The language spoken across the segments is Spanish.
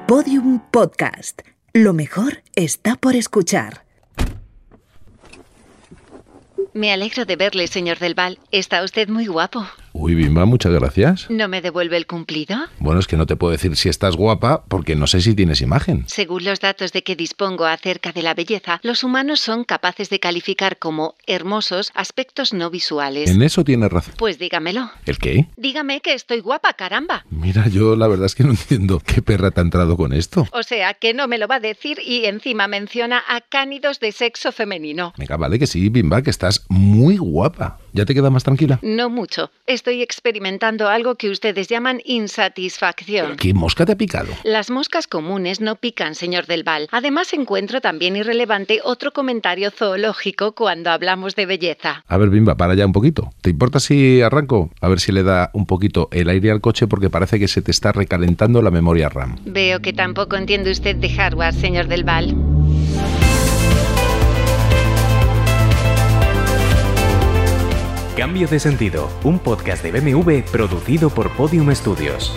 Podium Podcast. Lo mejor está por escuchar. Me alegro de verle, señor Del Val. Está usted muy guapo. Uy, Bimba, muchas gracias. ¿No me devuelve el cumplido? Bueno, es que no te puedo decir si estás guapa porque no sé si tienes imagen. Según los datos de que dispongo acerca de la belleza, los humanos son capaces de calificar como hermosos aspectos no visuales. En eso tienes razón. Pues dígamelo. ¿El qué? Dígame que estoy guapa, caramba. Mira, yo la verdad es que no entiendo qué perra te ha entrado con esto. O sea, que no me lo va a decir y encima menciona a cánidos de sexo femenino. Venga, vale que sí, Bimba, que estás muy guapa. ¿Ya te queda más tranquila? No mucho. Estoy experimentando algo que ustedes llaman insatisfacción. ¿Qué mosca te ha picado? Las moscas comunes no pican, señor Del Val. Además, encuentro también irrelevante otro comentario zoológico cuando hablamos de belleza. A ver, Bimba, para ya un poquito. ¿Te importa si arranco? A ver si le da un poquito el aire al coche porque parece que se te está recalentando la memoria RAM. Veo que tampoco entiende usted de hardware, señor Del Val. Cambio de sentido, un podcast de BMW producido por Podium Studios.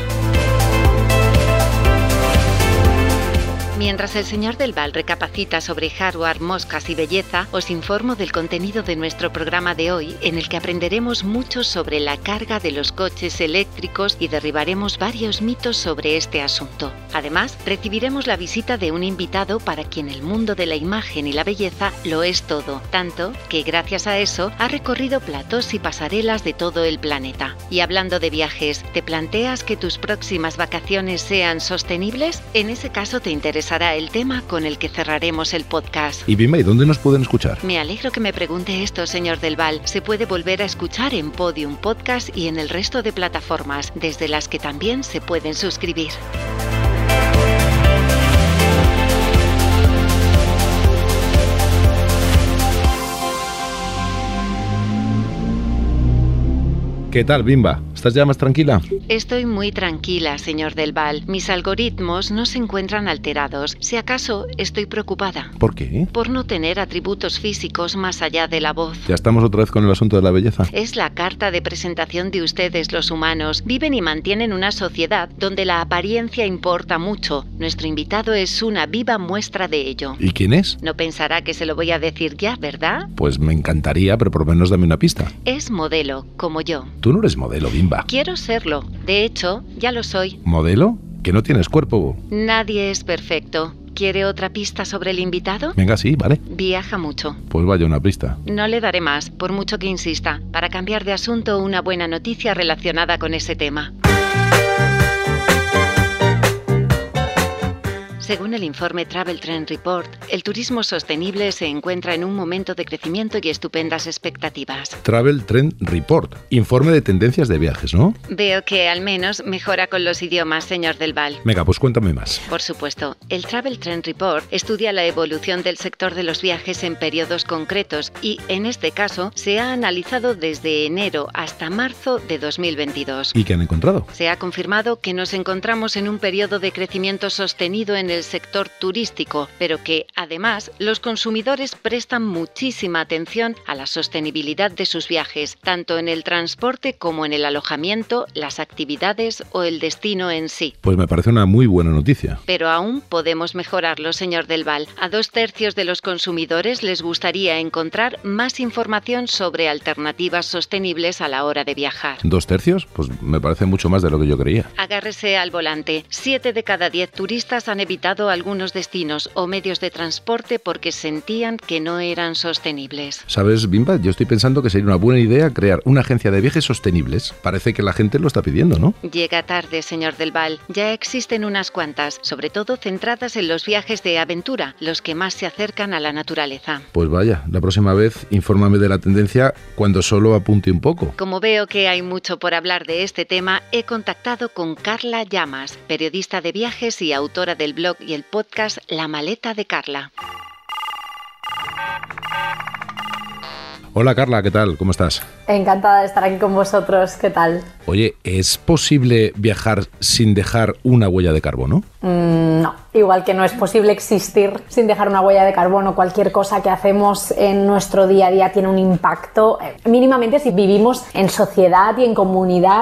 Mientras el señor Del Val recapacita sobre hardware, moscas y belleza, os informo del contenido de nuestro programa de hoy, en el que aprenderemos mucho sobre la carga de los coches eléctricos y derribaremos varios mitos sobre este asunto. Además, recibiremos la visita de un invitado para quien el mundo de la imagen y la belleza lo es todo, tanto que gracias a eso ha recorrido platós y pasarelas de todo el planeta. Y hablando de viajes, ¿te planteas que tus próximas vacaciones sean sostenibles? En ese caso te interesará el tema con el que cerraremos el podcast. Y Bimba, ¿y dónde nos pueden escuchar? Me alegro que me pregunte esto, señor Del Val. Se puede volver a escuchar en Podium Podcast y en el resto de plataformas, desde las que también se pueden suscribir. ¿Qué tal, Bimba? ¿Estás ya más tranquila? Estoy muy tranquila, señor Del Val. Mis algoritmos no se encuentran alterados. Si acaso, estoy preocupada. ¿Por qué? Por no tener atributos físicos más allá de la voz. ¿Ya estamos otra vez con el asunto de la belleza? Es la carta de presentación de ustedes, los humanos. Viven y mantienen una sociedad donde la apariencia importa mucho. Nuestro invitado es una viva muestra de ello. ¿Y quién es? No pensará que se lo voy a decir ya, ¿verdad? Pues me encantaría, pero por lo menos dame una pista. Es modelo, como yo. Tú no eres modelo, Bimba. Quiero serlo. De hecho, ya lo soy. ¿Modelo? Que no tienes cuerpo. Nadie es perfecto. ¿Quiere otra pista sobre el invitado? Venga, sí, vale. Viaja mucho. Pues vaya una pista. No le daré más, por mucho que insista. Para cambiar de asunto, una buena noticia relacionada con ese tema. Según el informe Travel Trend Report, el turismo sostenible se encuentra en un momento de crecimiento y estupendas expectativas. Travel Trend Report. Informe de tendencias de viajes, ¿no? Veo que al menos mejora con los idiomas, señor Del Val. Venga, pues cuéntame más. Por supuesto, el Travel Trend Report estudia la evolución del sector de los viajes en periodos concretos y, en este caso, se ha analizado desde enero hasta marzo de 2022. ¿Y qué han encontrado? Se ha confirmado que nos encontramos en un periodo de crecimiento sostenido en el sector turístico, pero que, además, los consumidores prestan muchísima atención a la sostenibilidad de sus viajes, tanto en el transporte como en el alojamiento, las actividades o el destino en sí. Pues me parece una muy buena noticia. Pero aún podemos mejorarlo, señor Del Val. A 2/3 de los consumidores les gustaría encontrar más información sobre alternativas sostenibles a la hora de viajar. ¿2/3? Pues me parece mucho más de lo que yo creía. Agárrese al volante. 7 de cada 10 turistas han evitado algunos destinos o medios de transporte porque sentían que no eran sostenibles. ¿Sabes, Bimba? Yo estoy pensando que sería una buena idea crear una agencia de viajes sostenibles. Parece que la gente lo está pidiendo, ¿no? Llega tarde, señor Del Val. Ya existen unas cuantas, sobre todo centradas en los viajes de aventura, los que más se acercan a la naturaleza. Pues vaya, la próxima vez infórmame de la tendencia cuando solo apunte un poco. Como veo que hay mucho por hablar de este tema, he contactado con Carla Llamas, periodista de viajes y autora del blog y el podcast La Maleta de Carla. Hola Carla, ¿qué tal? ¿Cómo estás? Encantada de estar aquí con vosotros, ¿qué tal? Oye, ¿es posible viajar sin dejar una huella de carbono? No, igual que no es posible existir sin dejar una huella de carbono. Cualquier cosa que hacemos en nuestro día a día tiene un impacto. Mínimamente si vivimos en sociedad y en comunidad,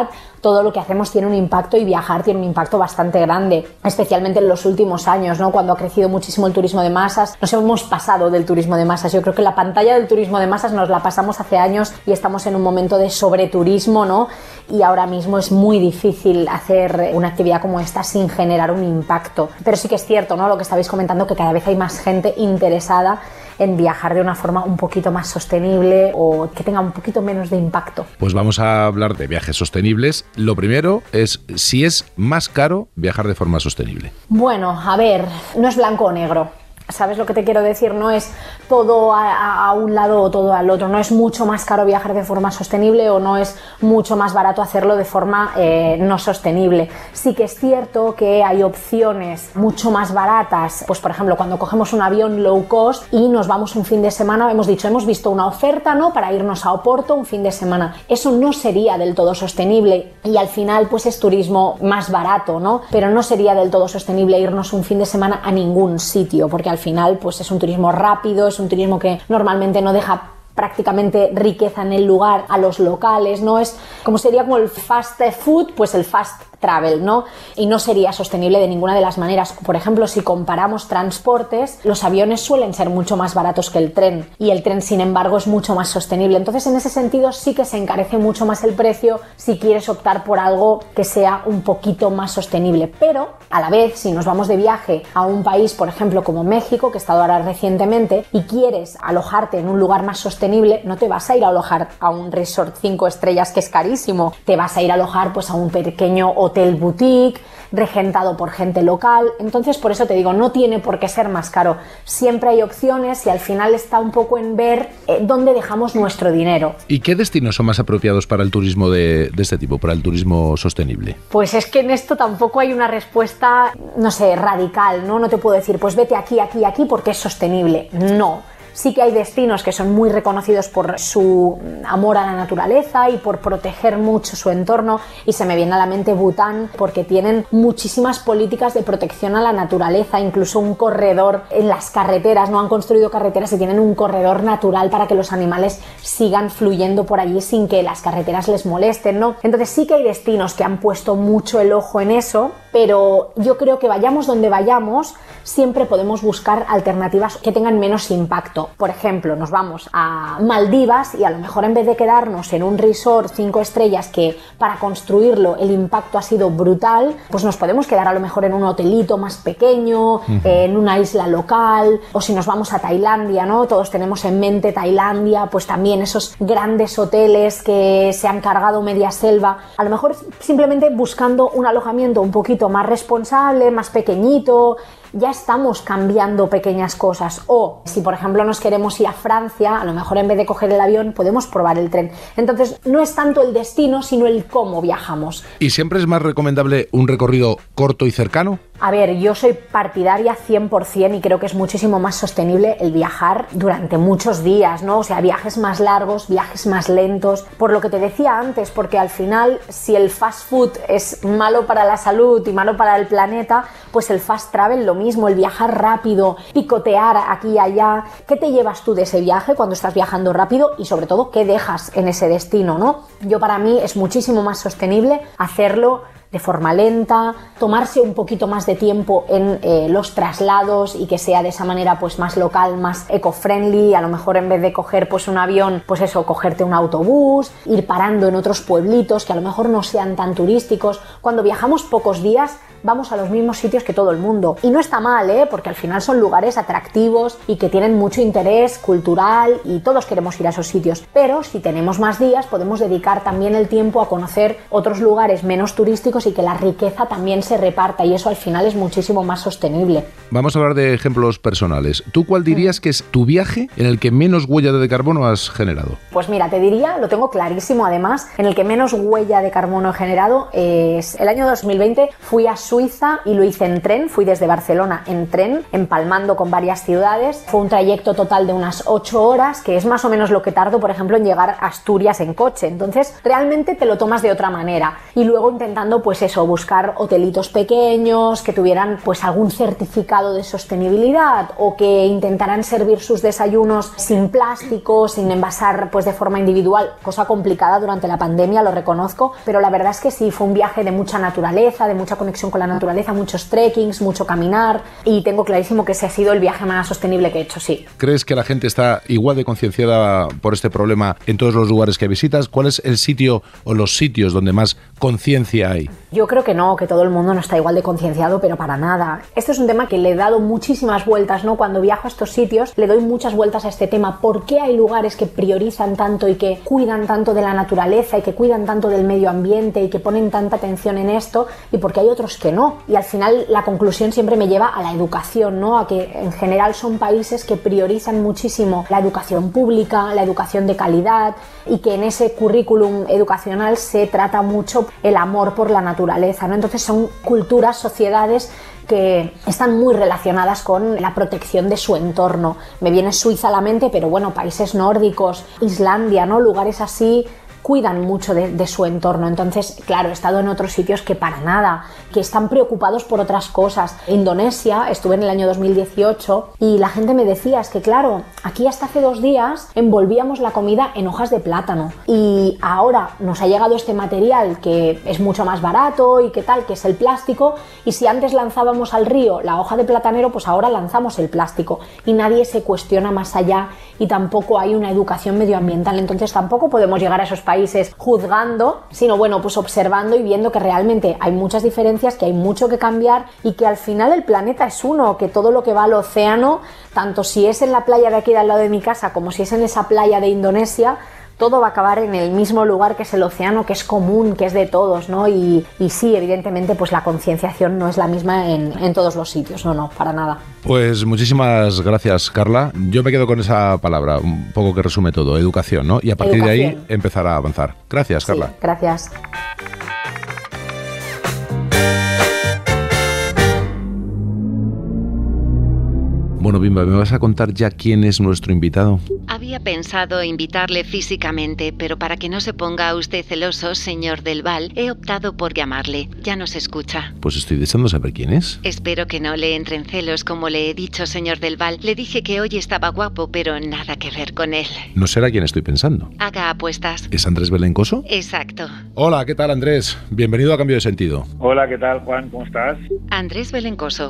todo lo que hacemos tiene un impacto y viajar tiene un impacto bastante grande, especialmente en los últimos años, ¿no? Cuando ha crecido muchísimo el turismo de masas. Nos hemos pasado del turismo de masas. Yo creo que la pantalla del turismo de masas nos la pasamos hace años y estamos en un momento de sobreturismo, ¿no? Y ahora mismo es muy difícil hacer una actividad como esta sin generar un impacto. Pero sí que es cierto, ¿no? Lo que estabais comentando, que cada vez hay más gente interesada en viajar de una forma un poquito más sostenible o que tenga un poquito menos de impacto. Pues vamos a hablar de viajes sostenibles. Lo primero es si es más caro viajar de forma sostenible. Bueno, a ver, no es blanco o negro. ¿Sabes lo que te quiero decir? No es todo a un lado o todo al otro. No es mucho más caro viajar de forma sostenible o no es mucho más barato hacerlo de forma no sostenible. Sí que es cierto que hay opciones mucho más baratas. Pues por ejemplo, cuando cogemos un avión low cost y nos vamos un fin de semana, hemos visto una oferta, ¿no?, para irnos a Oporto un fin de semana. Eso no sería del todo sostenible y al final pues es turismo más barato, ¿no? Pero no sería del todo sostenible irnos un fin de semana a ningún sitio, porque al final pues es un turismo rápido, es un turismo que normalmente no deja prácticamente riqueza en el lugar a los locales, ¿no? Es como sería como el fast food, pues el fast travel, ¿no? Y no sería sostenible de ninguna de las maneras. Por ejemplo, si comparamos transportes, los aviones suelen ser mucho más baratos que el tren y el tren, sin embargo, es mucho más sostenible. Entonces, en ese sentido, sí que se encarece mucho más el precio si quieres optar por algo que sea un poquito más sostenible. Pero, a la vez, si nos vamos de viaje a un país, por ejemplo, como México, que he estado ahora recientemente, y quieres alojarte en un lugar más sostenible, no te vas a ir a alojar a un resort 5 estrellas que es carísimo, te vas a ir a alojar pues a un pequeño hotel boutique regentado por gente local. Entonces, por eso te digo, no tiene por qué ser más caro. Siempre hay opciones y al final está un poco en ver dónde dejamos nuestro dinero. ¿Y qué destinos son más apropiados para el turismo de este tipo, para el turismo sostenible? Pues es que en esto tampoco hay una respuesta, no sé, radical, ¿no? No te puedo decir, pues vete aquí, aquí, aquí porque es sostenible. No. Sí que hay destinos que son muy reconocidos por su amor a la naturaleza y por proteger mucho su entorno, y se me viene a la mente Bután porque tienen muchísimas políticas de protección a la naturaleza, incluso un corredor en las carreteras, no han construido carreteras y tienen un corredor natural para que los animales sigan fluyendo por allí sin que las carreteras les molesten, ¿no? Entonces sí que hay destinos que han puesto mucho el ojo en eso, pero yo creo que vayamos donde vayamos, siempre podemos buscar alternativas que tengan menos impacto. Por ejemplo, nos vamos a Maldivas y a lo mejor en vez de quedarnos en un resort 5 estrellas que para construirlo el impacto ha sido brutal, pues nos podemos quedar a lo mejor en un hotelito más pequeño, en una isla local, o si nos vamos a Tailandia, ¿no? Todos tenemos en mente Tailandia, pues también esos grandes hoteles que se han cargado media selva, a lo mejor simplemente buscando un alojamiento un poquito más responsable, más pequeñito. Ya estamos cambiando pequeñas cosas. O si por ejemplo nos queremos ir a Francia, a lo mejor en vez de coger el avión podemos probar el tren. Entonces no es tanto el destino sino el cómo viajamos. ¿Y siempre es más recomendable un recorrido corto y cercano? A ver, yo soy partidaria 100% y creo que es muchísimo más sostenible el viajar durante muchos días, ¿no? O sea, viajes más largos, viajes más lentos, por lo que te decía antes, porque al final si el fast food es malo para la salud y malo para el planeta, pues el fast travel lo mismo, el viajar rápido, picotear aquí y allá. ¿Qué te llevas tú de ese viaje cuando estás viajando rápido y sobre todo qué dejas en ese destino, ¿no? Yo, para mí es muchísimo más sostenible hacerlo de forma lenta, tomarse un poquito más de tiempo en los traslados y que sea de esa manera pues más local, más eco-friendly. A lo mejor en vez de coger pues un avión, pues eso, cogerte un autobús, ir parando en otros pueblitos que a lo mejor no sean tan turísticos. Cuando viajamos pocos días vamos a los mismos sitios que todo el mundo y no está mal, porque al final son lugares atractivos y que tienen mucho interés cultural y todos queremos ir a esos sitios, pero si tenemos más días podemos dedicar también el tiempo a conocer otros lugares menos turísticos y que la riqueza también se reparta, y eso al final es muchísimo más sostenible. Vamos a hablar de ejemplos personales. ¿Tú cuál dirías que es tu viaje en el que menos huella de carbono has generado? Pues mira, te diría, lo tengo clarísimo además, en el que menos huella de carbono he generado es el año 2020. Fui a Suiza y lo hice en tren, fui desde Barcelona en tren, empalmando con varias ciudades. Fue un trayecto total de unas 8 horas, que es más o menos lo que tardo, por ejemplo, en llegar a Asturias en coche. Entonces, realmente te lo tomas de otra manera. Y luego intentando pues eso, buscar hotelitos pequeños que tuvieran pues algún certificado de sostenibilidad o que intentaran servir sus desayunos sin plástico, sin envasar pues de forma individual, cosa complicada durante la pandemia, lo reconozco, pero la verdad es que sí, fue un viaje de mucha naturaleza, de mucha conexión con la naturaleza, muchos trekkings, mucho caminar, y tengo clarísimo que ese ha sido el viaje más sostenible que he hecho, sí. ¿Crees que la gente está igual de concienciada por este problema en todos los lugares que visitas? ¿Cuál es el sitio o los sitios donde más conciencia hay? Yo creo que no, que todo el mundo no está igual de concienciado, pero para nada. Este es un tema que le he dado muchísimas vueltas, ¿no? Cuando viajo a estos sitios le doy muchas vueltas a este tema. ¿Por qué hay lugares que priorizan tanto y que cuidan tanto de la naturaleza y que cuidan tanto del medio ambiente y que ponen tanta atención en esto, y por qué hay otros que no? Y al final la conclusión siempre me lleva a la educación, ¿no? A que en general son países que priorizan muchísimo la educación pública, la educación de calidad, y que en ese currículum educacional se trata mucho el amor por la naturaleza, ¿no? Entonces son culturas, sociedades que están muy relacionadas con la protección de su entorno. Me viene Suiza a la mente, pero bueno, países nórdicos, Islandia, ¿no? Lugares así cuidan mucho de su entorno. Entonces, claro, he estado en otros sitios que para nada, que están preocupados por otras cosas. Indonesia, estuve en el año 2018 y la gente me decía, es que claro, aquí hasta hace 2 días envolvíamos la comida en hojas de plátano y ahora nos ha llegado este material que es mucho más barato y qué tal, que es el plástico, y si antes lanzábamos al río la hoja de platanero, pues ahora lanzamos el plástico y nadie se cuestiona más allá y tampoco hay una educación medioambiental. Entonces tampoco podemos llegar a esos países juzgando, sino bueno, pues observando y viendo que realmente hay muchas diferencias, que hay mucho que cambiar y que al final el planeta es uno, que todo lo que va al océano, tanto si es en la playa de aquí de al lado de mi casa como si es en esa playa de Indonesia, todo va a acabar en el mismo lugar, que es el océano, que es común, que es de todos, ¿no? Y sí, evidentemente, pues la concienciación no es la misma en todos los sitios, no, para nada. Pues muchísimas gracias, Carla. Yo me quedo con esa palabra, un poco que resume todo, educación, ¿no? Y a partir de ahí empezar a avanzar. Gracias, Carla. Sí, gracias. Bueno, Bimba, ¿me vas a contar ya quién es nuestro invitado? Había pensado invitarle físicamente, pero para que no se ponga usted celoso, señor Del Val, he optado por llamarle. Ya nos escucha. Pues estoy deseando saber quién es. Espero que no le entren celos, como le he dicho, señor Del Val. Le dije que hoy estaba guapo, pero nada que ver con él. No será quien estoy pensando. Haga apuestas. ¿Es Andrés Belencoso? Exacto. Hola, ¿qué tal, Andrés? Bienvenido a Cambio de Sentido. Hola, ¿qué tal, Juan? ¿Cómo estás? Andrés Belencoso,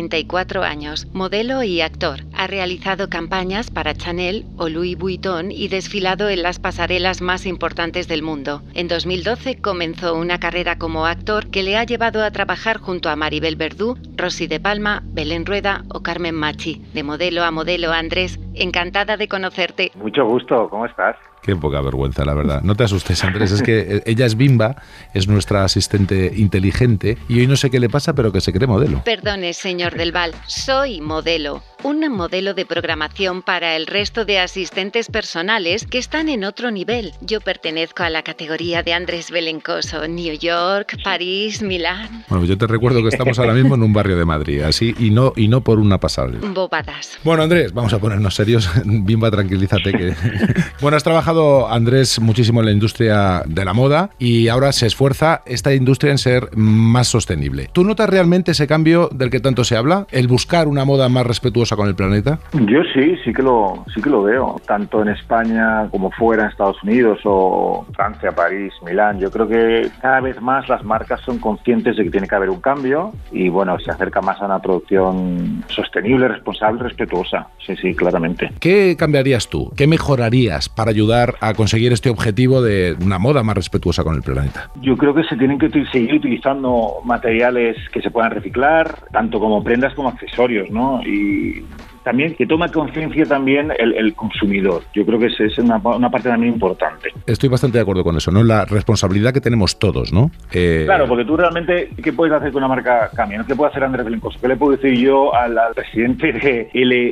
44 años, modelo y actor. Ha realizado campañas para Chanel o Louis Vuitton y desfilado en las pasarelas más importantes del mundo. En 2012 comenzó una carrera como actor que le ha llevado a trabajar junto a Maribel Verdú, Rosy de Palma, Belén Rueda o Carmen Machi. De modelo a modelo, Andrés, encantada de conocerte. Mucho gusto, ¿cómo estás? Qué poca vergüenza, la verdad. No te asustes, Andrés, es que ella es Bimba, es nuestra asistente inteligente y hoy no sé qué le pasa, pero que se cree modelo. Perdone, señor Del Val, soy modelo. Un modelo de programación para el resto de asistentes personales que están en otro nivel. Yo pertenezco a la categoría de Andrés Belencoso, New York, París, Milán. Bueno, yo te recuerdo que estamos ahora mismo en un barrio de Madrid, así, y no por una pasarela. Bobadas. Bueno, Andrés, vamos a ponernos serios. Bimba, tranquilízate que... Bueno, has trabajado, Andrés, muchísimo en la industria de la moda y ahora se esfuerza esta industria en ser más sostenible. ¿Tú notas realmente ese cambio del que tanto se habla? ¿El buscar una moda más respetuosa con el planeta? Yo sí que lo veo, tanto en España como fuera, en Estados Unidos o Francia, París, Milán. Yo creo que cada vez más las marcas son conscientes de que tiene que haber un cambio y bueno, se acerca más a una producción sostenible, responsable, respetuosa. Sí, claramente. ¿Qué cambiarías tú? ¿Qué mejorarías para ayudar a conseguir este objetivo de una moda más respetuosa con el planeta? Yo creo que se tienen que seguir utilizando materiales que se puedan reciclar, tanto como prendas como accesorios, ¿no? Y también que toma conciencia también el consumidor. Yo creo que es una parte también importante. Estoy bastante de acuerdo con eso, ¿no? La responsabilidad que tenemos todos, ¿no? Claro, porque tú realmente, ¿qué puedes hacer que una marca cambie? ¿No? ¿Qué puede hacer Andrés Belencoso? ¿Qué le puedo decir yo al presidente de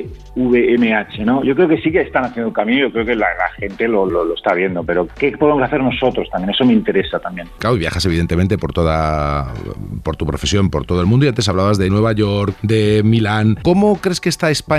LVMH, ¿no? Yo creo que sí que están haciendo un camino, yo creo que la gente lo está viendo, pero ¿qué podemos hacer nosotros también? Eso me interesa también. Claro, y viajas evidentemente por tu profesión, por todo el mundo, y antes hablabas de Nueva York, de Milán. ¿Cómo crees que está España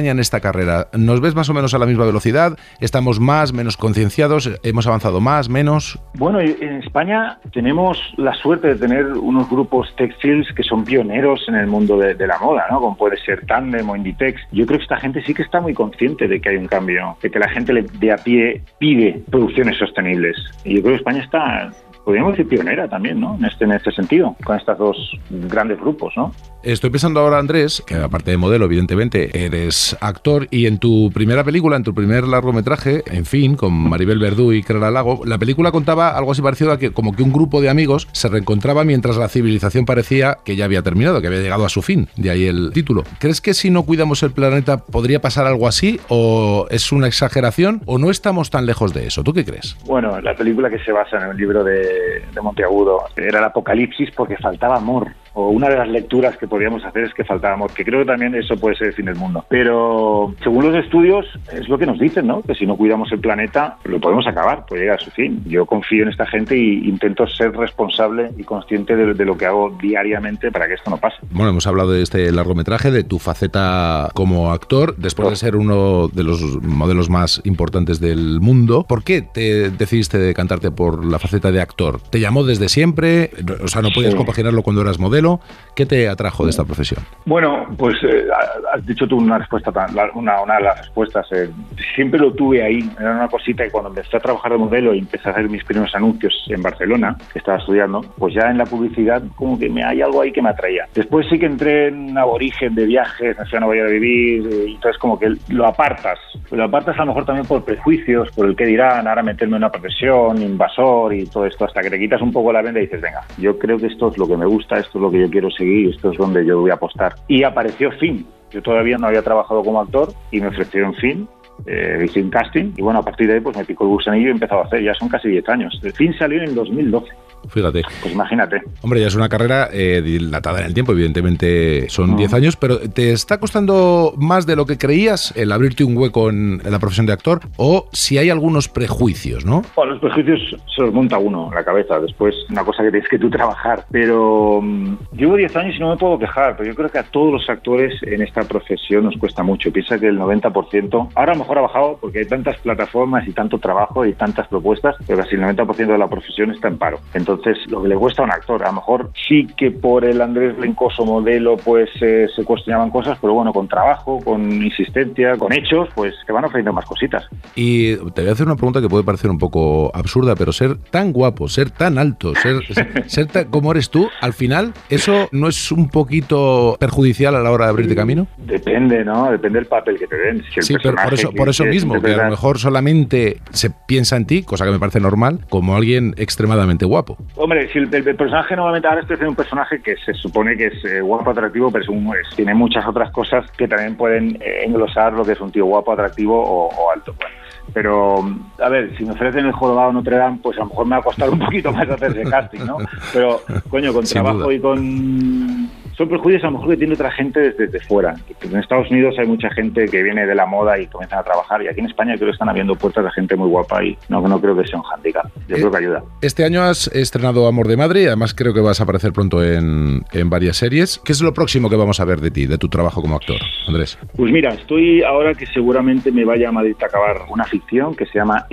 España en esta carrera? ¿Nos ves más o menos a la misma velocidad? ¿Estamos más, menos concienciados? ¿Hemos avanzado más, menos? Bueno, en España tenemos la suerte de tener unos grupos textiles que son pioneros en el mundo de la moda, ¿no? Como puede ser Tandem o Inditex. Yo creo que esta gente sí que está muy consciente de que hay un cambio, de que la gente de a pie pide producciones sostenibles. Y yo creo que España está, podríamos decir, pionera también, ¿no? En este sentido, con estos dos grandes grupos, ¿no? Estoy pensando ahora, Andrés, que aparte de modelo, evidentemente, eres actor, y en tu primera película, en tu primer largometraje, En fin, con Maribel Verdú y Clara Lago, la película contaba algo así parecido a que como que un grupo de amigos se reencontraba mientras la civilización parecía que ya había terminado, que había llegado a su fin, de ahí el título. ¿Crees que si no cuidamos el planeta podría pasar algo así, o es una exageración, o no estamos tan lejos de eso? ¿Tú qué crees? Bueno, la película que se basa en el libro de Monteagudo era el apocalipsis porque faltaba amor. O una de las lecturas que podríamos hacer es que faltaba amor, que creo que también eso puede ser el fin del mundo. Pero según los estudios es lo que nos dicen, ¿no? Que si no cuidamos el planeta lo podemos acabar, puede llegar a su fin. Yo confío en esta gente y intento ser responsable y consciente de lo que hago diariamente para que esto no pase. Bueno, hemos hablado de este largometraje, de tu faceta como actor, después de ser uno de los modelos más importantes del mundo. ¿Por qué te decidiste decantarte por la faceta de actor? ¿Te llamó desde siempre? O sea, ¿no podías compaginarlo cuando eras modelo? ¿Qué te atrajo de esta profesión? Bueno, pues has dicho tú una respuesta, una de las respuestas. Siempre lo tuve ahí, era una cosita que cuando empecé a trabajar de modelo y empecé a hacer mis primeros anuncios en Barcelona, que estaba estudiando, pues ya en la publicidad como que hay algo ahí que me atraía. Después sí que entré en aborigen de viajes, me fui a Nueva York a vivir, y entonces como que lo apartas a lo mejor también por prejuicios, por el qué dirán, ahora meterme en una profesión, invasor y todo esto, hasta que te quitas un poco la venda y dices, venga, yo creo que esto es lo que me gusta, esto es lo que yo quiero seguir, esto es donde yo voy a apostar. Y apareció Fin. Yo todavía no había trabajado como actor y me ofrecieron Fin. Hice un casting y bueno, a partir de ahí pues me picó el gusanillo y he empezado a hacer. Ya son casi 10 años. El Fin salió en el 2012. Fíjate. Pues imagínate. Hombre, ya es una carrera dilatada en el tiempo, evidentemente son 10 años, pero ¿te está costando más de lo que creías el abrirte un hueco en la profesión de actor? O si hay algunos prejuicios, ¿no? Bueno, los prejuicios se los monta uno en la cabeza, después una cosa que tienes que tú trabajar, pero llevo 10 años y no me puedo quejar, pero yo creo que a todos los actores en esta profesión nos cuesta mucho. Piensa que el 90%, ahora a lo mejor ha bajado porque hay tantas plataformas y tanto trabajo y tantas propuestas, pero casi el 90% de la profesión está en paro. Entonces, lo que le cuesta a un actor, a lo mejor sí que por el Andrés Blencoso modelo pues se cuestionaban cosas, pero bueno, con trabajo, con insistencia, con hechos, pues te van ofreciendo más cositas. Y te voy a hacer una pregunta que puede parecer un poco absurda, pero ser tan guapo, ser tan alto, ser tan como eres tú, al final, ¿eso no es un poquito perjudicial a la hora de abrirte camino? Depende, ¿no? Depende del papel que te den. Si sí, pero por eso mismo, que a lo mejor solamente se piensa en ti, cosa que me parece normal, como alguien extremadamente guapo. Hombre, si el personaje normalmente, ahora estoy haciendo un personaje que se supone que es guapo, atractivo, pero tiene muchas otras cosas que también pueden englosar lo que es un tío guapo, atractivo o alto. Bueno, pero, a ver, si me ofrecen el jorobado Notre Dame, pues a lo mejor me va a costar un poquito más hacer ese casting, ¿no? Pero, coño, con trabajo y con... Son prejuicios a lo mejor que tiene otra gente desde fuera. En Estados Unidos hay mucha gente que viene de la moda y comienzan a trabajar, y aquí en España creo que están abriendo puertas de gente muy guapa y no creo que sea un hándicap. Yo creo que ayuda. Este año has estrenado Amor de Madre y además creo que vas a aparecer pronto en varias series. ¿Qué es lo próximo que vamos a ver de ti, de tu trabajo como actor, Andrés? Pues mira, estoy ahora que seguramente me vaya a Madrid a acabar una ficción que se llama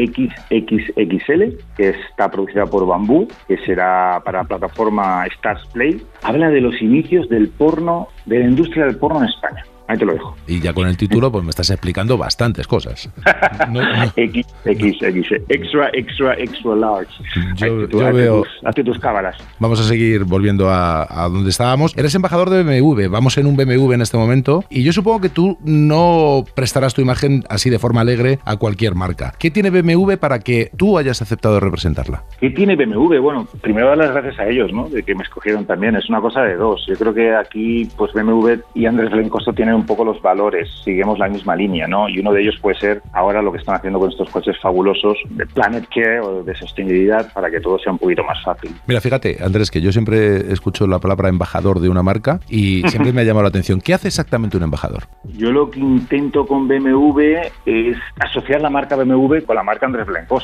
XXXL, que está producida por Bambú, que será para la plataforma Stars Play. Habla de los inicios del porno, de la industria del porno en España. Ahí te lo dejo. Y ya con el título pues me estás explicando bastantes cosas. No. XXX, extra large. Yo veo... Hazte tus cábalas. Vamos a seguir volviendo a donde estábamos. Eres embajador de BMW, vamos en un BMW en este momento, y yo supongo que tú no prestarás tu imagen así de forma alegre a cualquier marca. ¿Qué tiene BMW para que tú hayas aceptado representarla? ¿Qué tiene BMW? Bueno, primero dar las gracias a ellos, ¿no? De que me escogieron también. Es una cosa de dos. Yo creo que aquí pues BMW y Andrés Blencoso tienen un poco los valores, seguimos la misma línea, ¿no? Y uno de ellos puede ser ahora lo que están haciendo con estos coches fabulosos de Planet Care o de sostenibilidad para que todo sea un poquito más fácil. Mira, fíjate, Andrés, que yo siempre escucho la palabra embajador de una marca y siempre me ha llamado la atención. ¿Qué hace exactamente un embajador? Yo lo que intento con BMW es asociar la marca BMW con la marca Andrés Blencoso.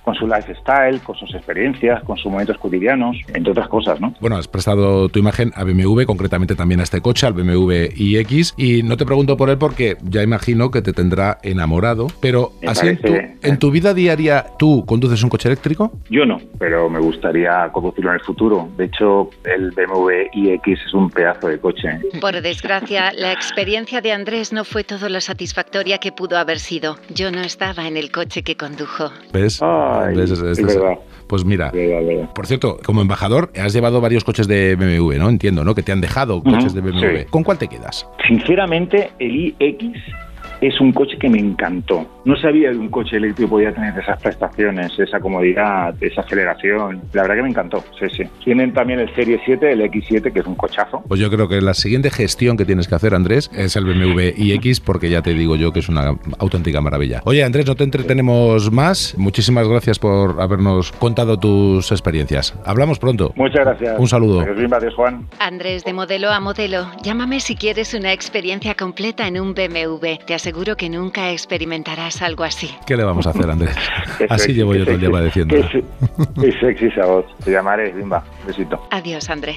con su lifestyle, con sus experiencias, con sus momentos cotidianos, entre otras cosas, ¿no? Bueno, has prestado tu imagen a BMW, concretamente también a este coche, al BMW iX, y no te pregunto por él porque ya imagino que te tendrá enamorado, pero así en tu vida diaria, ¿tú conduces un coche eléctrico? Yo no, pero me gustaría conducirlo en el futuro. De hecho, el BMW iX es un pedazo de coche. Por desgracia, la experiencia de Andrés no fue todo lo satisfactoria que pudo haber sido. Yo no estaba en el coche que condujo. ¿Ves? Ay, es verdad. Pues mira, verdad. Por cierto, como embajador has llevado varios coches de BMW, ¿no? Entiendo, ¿no? Que te han dejado coches de BMW. Sí. ¿Con cuál te quedas? Sinceramente, el iX es un coche que me encantó. No sabía que un coche eléctrico podía tener esas prestaciones, esa comodidad, esa aceleración. La verdad que me encantó, sí. Tienen también el Serie 7, el X7, que es un cochazo. Pues yo creo que la siguiente gestión que tienes que hacer, Andrés, es el BMW iX, porque ya te digo yo que es una auténtica maravilla. Oye, Andrés, no te entretenemos más. Muchísimas gracias por habernos contado tus experiencias. Hablamos pronto. Muchas gracias. Un saludo. Gracias, Juan. Andrés, de modelo a modelo, llámame si quieres una experiencia completa en un BMW. Te aseguro que nunca experimentarás algo así. ¿Qué le vamos a hacer, Andrés? Así llevo yo todo el día padeciendo. Es sexy esa voz. Te llamaré, Bimba. Besito. Adiós, Andrés.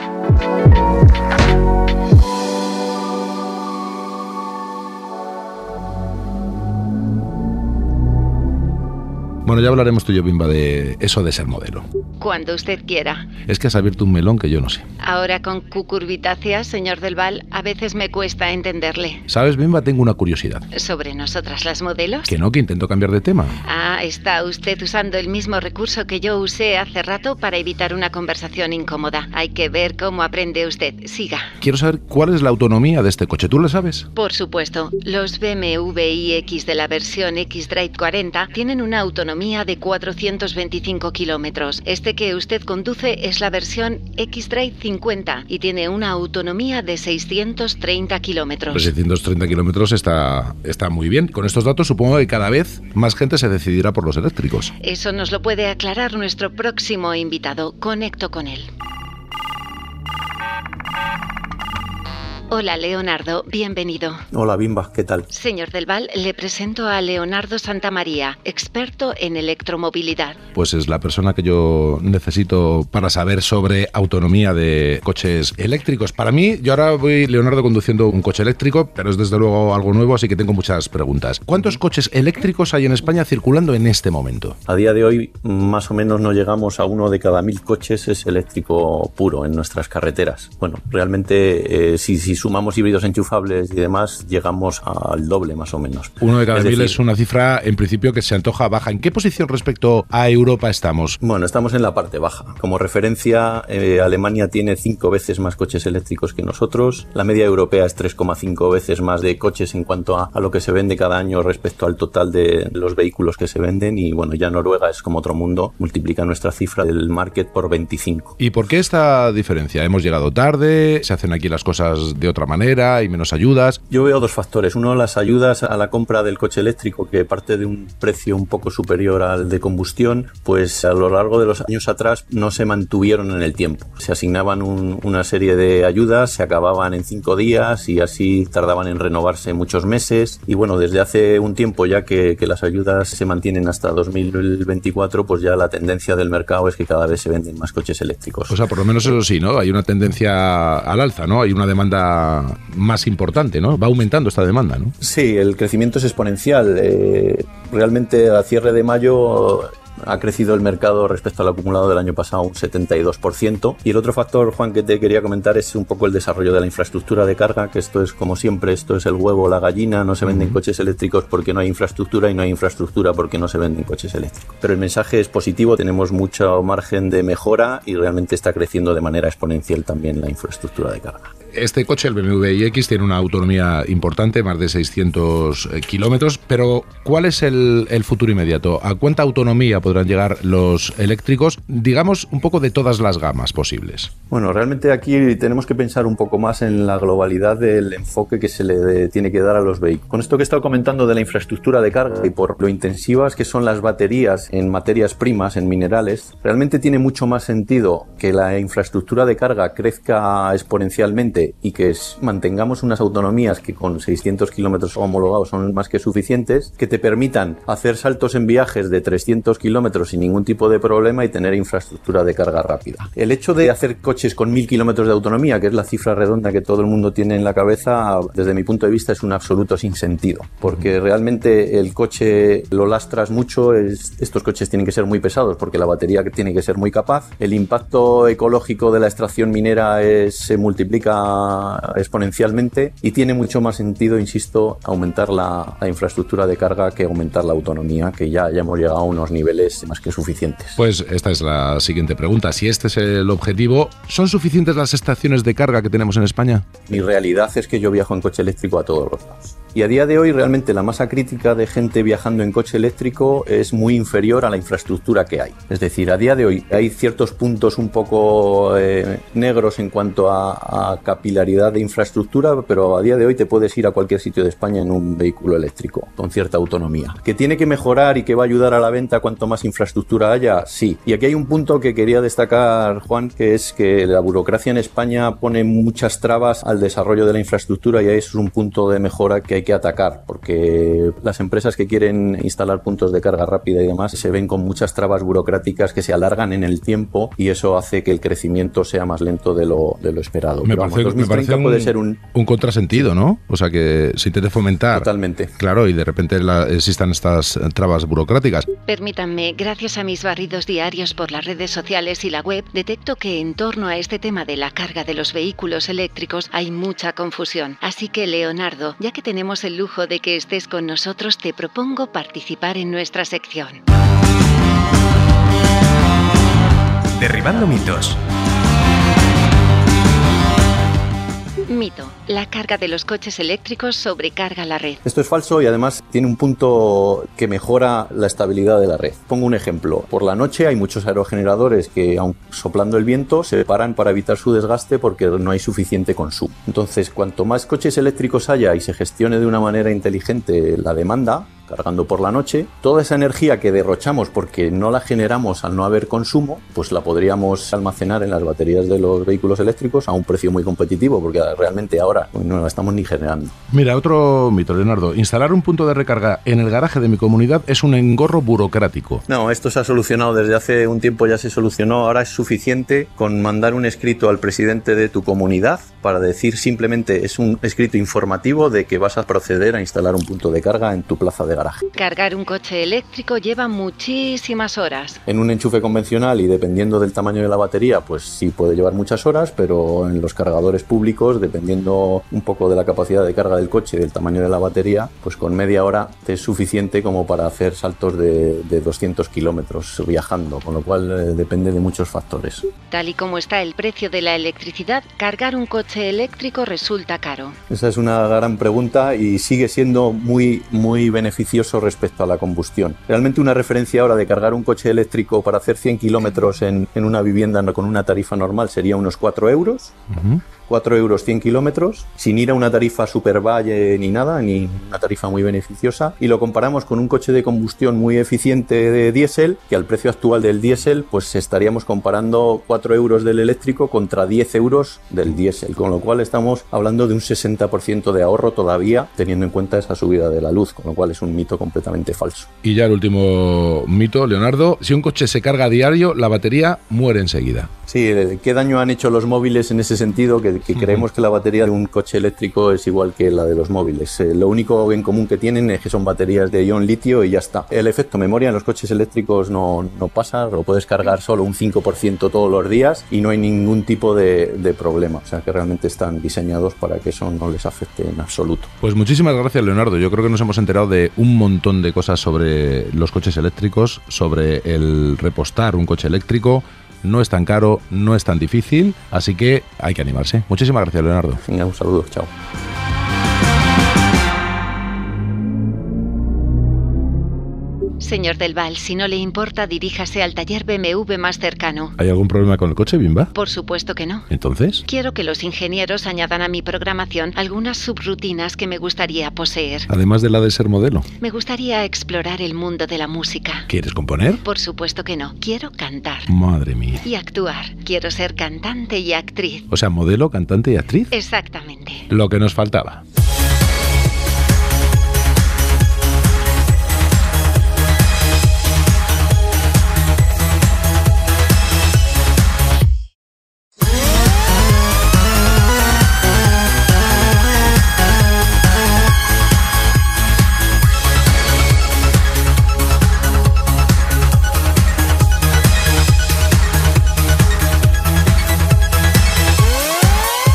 Bueno, ya hablaremos tú y yo, Bimba, de eso de ser modelo. Cuando usted quiera. Es que has abierto un melón que yo no sé. Ahora con cucurbitáceas, señor del Val, a veces me cuesta entenderle. ¿Sabes, Bimba? Tengo una curiosidad. ¿Sobre nosotras las modelos? Que no, que intento cambiar de tema. Ah, está usted usando el mismo recurso que yo usé hace rato para evitar una conversación incómoda. Hay que ver cómo aprende usted. Siga. Quiero saber cuál es la autonomía de este coche. ¿Tú lo sabes? Por supuesto. Los BMW iX de la versión X-Drive 40 tienen una autonomía de 425 kilómetros. Este que usted conduce es la versión X-Drive 50 y tiene una autonomía de 630 kilómetros. Pues 630 kilómetros está muy bien. Con estos datos supongo que cada vez más gente se decidirá por los eléctricos. Eso nos lo puede aclarar nuestro próximo invitado. Conecto con él. Hola, Leonardo, bienvenido. Hola, Bimba, ¿qué tal? Señor del Val, le presento a Leonardo Santamaría, experto en electromovilidad. Pues es la persona que yo necesito para saber sobre autonomía de coches eléctricos. Para mí, yo ahora voy, Leonardo, conduciendo un coche eléctrico, pero es desde luego algo nuevo, así que tengo muchas preguntas. ¿Cuántos coches eléctricos hay en España circulando en este momento? A día de hoy, más o menos no llegamos a 1 de cada 1000 coches es eléctrico puro en nuestras carreteras. Bueno, realmente, si sumamos híbridos enchufables y demás, llegamos al doble más o menos. 1 de cada 1000 es una cifra en principio que se antoja baja. ¿En qué posición respecto a Europa estamos? Bueno, estamos en la parte baja. Como referencia, Alemania tiene 5 veces más coches eléctricos que nosotros. La media europea es 3,5 veces más de coches en cuanto a lo que se vende cada año respecto al total de los vehículos que se venden. Y bueno, ya Noruega es como otro mundo, multiplica nuestra cifra del market por 25. ¿Y por qué esta diferencia? ¿Hemos llegado tarde? ¿Se hacen aquí las cosas de otra manera? ¿Hay menos ayudas? Yo veo dos factores. Uno, las ayudas a la compra del coche eléctrico, que parte de un precio un poco superior al de combustión, pues a lo largo de los años atrás no se mantuvieron en el tiempo. Se asignaban una serie de ayudas, se acababan en 5 días y así tardaban en renovarse muchos meses. Y bueno, desde hace un tiempo ya que las ayudas se mantienen hasta 2024, pues ya la tendencia del mercado es que cada vez se venden más coches eléctricos. O sea, por lo menos eso sí, ¿no? Hay una tendencia al alza, ¿no? Hay una demanda más importante, ¿no? Va aumentando esta demanda, ¿no? Sí, el crecimiento es exponencial. Realmente a cierre de mayo ha crecido el mercado respecto al acumulado del año pasado un 72%. Y el otro factor, Juan, que te quería comentar es un poco el desarrollo de la infraestructura de carga, que esto es como siempre, esto es el huevo o la gallina. No se venden coches eléctricos porque no hay infraestructura y no hay infraestructura porque no se venden coches eléctricos. Pero el mensaje es positivo, tenemos mucho margen de mejora y realmente está creciendo de manera exponencial también la infraestructura de carga. Este coche, el BMW iX, tiene una autonomía importante, más de 600 kilómetros, pero ¿cuál es el futuro inmediato? ¿A cuánta autonomía podrán llegar los eléctricos? Digamos, un poco de todas las gamas posibles. Bueno, realmente aquí tenemos que pensar un poco más en la globalidad del enfoque que se le tiene que dar a los vehículos. Con esto que he estado comentando de la infraestructura de carga y por lo intensivas que son las baterías en materias primas, en minerales, realmente tiene mucho más sentido que la infraestructura de carga crezca exponencialmente suficiente y que mantengamos unas autonomías que con 600 kilómetros homologados son más que suficientes, que te permitan hacer saltos en viajes de 300 kilómetros sin ningún tipo de problema y tener infraestructura de carga rápida. El hecho de hacer coches con 1000 kilómetros de autonomía, que es la cifra redonda que todo el mundo tiene en la cabeza, desde mi punto de vista es un absoluto sinsentido, porque realmente el coche lo lastras mucho, estos coches tienen que ser muy pesados porque la batería tiene que ser muy capaz, el impacto ecológico de la extracción minera se multiplica exponencialmente y tiene mucho más sentido, insisto, aumentar la infraestructura de carga que aumentar la autonomía, que ya hemos llegado a unos niveles más que suficientes. Pues esta es la siguiente pregunta. Si este es el objetivo, ¿son suficientes las estaciones de carga que tenemos en España? Mi realidad es que yo viajo en coche eléctrico a todos los lados. Y a día de hoy realmente la masa crítica de gente viajando en coche eléctrico es muy inferior a la infraestructura que hay. Es decir, a día de hoy hay ciertos puntos un poco negros en cuanto a capilaridad de infraestructura, pero a día de hoy te puedes ir a cualquier sitio de España en un vehículo eléctrico con cierta autonomía. ¿Que tiene que mejorar y que va a ayudar a la venta cuanto más infraestructura haya? Sí. Y aquí hay un punto que quería destacar, Juan, que es que la burocracia en España pone muchas trabas al desarrollo de la infraestructura y ahí es un punto de mejora que hay que atacar, porque las empresas que quieren instalar puntos de carga rápida y demás se ven con muchas trabas burocráticas que se alargan en el tiempo y eso hace que el crecimiento sea más lento de lo esperado. Me parece puede ser un contrasentido, ¿no? O sea, que se intente fomentar. Totalmente. Claro, y de repente existan estas trabas burocráticas. Permítanme, gracias a mis barridos diarios por las redes sociales y la web, detecto que en torno a este tema de la carga de los vehículos eléctricos hay mucha confusión. Así que, Leonardo, ya que tenemos el lujo de que estés con nosotros, te propongo participar en nuestra sección. Derribando mitos. Mito. La carga de los coches eléctricos sobrecarga la red. Esto es falso y además tiene un punto que mejora la estabilidad de la red. Pongo un ejemplo. Por la noche hay muchos aerogeneradores que, aun soplando el viento, se paran para evitar su desgaste porque no hay suficiente consumo. Entonces, cuanto más coches eléctricos haya y se gestione de una manera inteligente la demanda, cargando por la noche, toda esa energía que derrochamos porque no la generamos al no haber consumo, pues la podríamos almacenar en las baterías de los vehículos eléctricos a un precio muy competitivo, porque realmente ahora no la estamos ni generando. Mira, otro mito, Leonardo. Instalar un punto de recarga en el garaje de mi comunidad es un engorro burocrático. No, esto se ha solucionado desde hace un tiempo, ya se solucionó. Ahora es suficiente con mandar un escrito al presidente de tu comunidad para decir simplemente, es un escrito informativo de que vas a proceder a instalar un punto de carga en tu plaza de garaje. Cargar un coche eléctrico lleva muchísimas horas. En un enchufe convencional y dependiendo del tamaño de la batería, pues sí puede llevar muchas horas, pero en los cargadores públicos, dependiendo un poco de la capacidad de carga del coche y del tamaño de la batería, pues con media hora te es suficiente como para hacer saltos de 200 kilómetros viajando, con lo cual depende de muchos factores. Tal y como está el precio de la electricidad, cargar un coche eléctrico resulta caro. Esa es una gran pregunta y sigue siendo muy beneficioso respecto a la combustión. Realmente una referencia ahora de cargar un coche eléctrico para hacer 100 kilómetros en una vivienda con una tarifa normal sería unos 4 euros. 4 euros 100 kilómetros, sin ir a una tarifa super valle ni nada, ni una tarifa muy beneficiosa, y lo comparamos con un coche de combustión muy eficiente de diésel, que al precio actual del diésel, pues estaríamos comparando 4 euros del eléctrico contra 10 euros del diésel, con lo cual estamos hablando de un 60% de ahorro todavía, teniendo en cuenta esa subida de la luz, con lo cual es un mito completamente falso. Y ya el último mito, Leonardo, si un coche se carga a diario, la batería muere enseguida. Sí, ¿qué daño han hecho los móviles en ese sentido? Que creemos que la batería de un coche eléctrico es igual que la de los móviles. Lo único en común que tienen es que son baterías de ion litio y ya está. El efecto memoria en los coches eléctricos no pasa, lo puedes cargar solo un 5% todos los días y no hay ningún tipo de problema. O sea que realmente están diseñados para que eso no les afecte en absoluto. Pues muchísimas gracias, Leonardo. Yo creo que nos hemos enterado de un montón de cosas sobre los coches eléctricos, sobre el repostar un coche eléctrico. No es tan caro, no es tan difícil, así que hay que animarse. Muchísimas gracias, Leonardo. Venga, un saludo, chao. Señor Del Val, si no le importa, diríjase al taller BMW más cercano. ¿Hay algún problema con el coche, Bimba? Por supuesto que no. ¿Entonces? Quiero que los ingenieros añadan a mi programación algunas subrutinas que me gustaría poseer. Además de la de ser modelo. Me gustaría explorar el mundo de la música. ¿Quieres componer? Por supuesto que no. Quiero cantar. Madre mía. Y actuar. Quiero ser cantante y actriz. O sea, modelo, cantante y actriz. Exactamente. Lo que nos faltaba.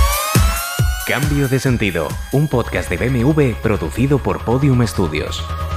Cambio de sentido, un podcast de BMW producido por Podium Studios.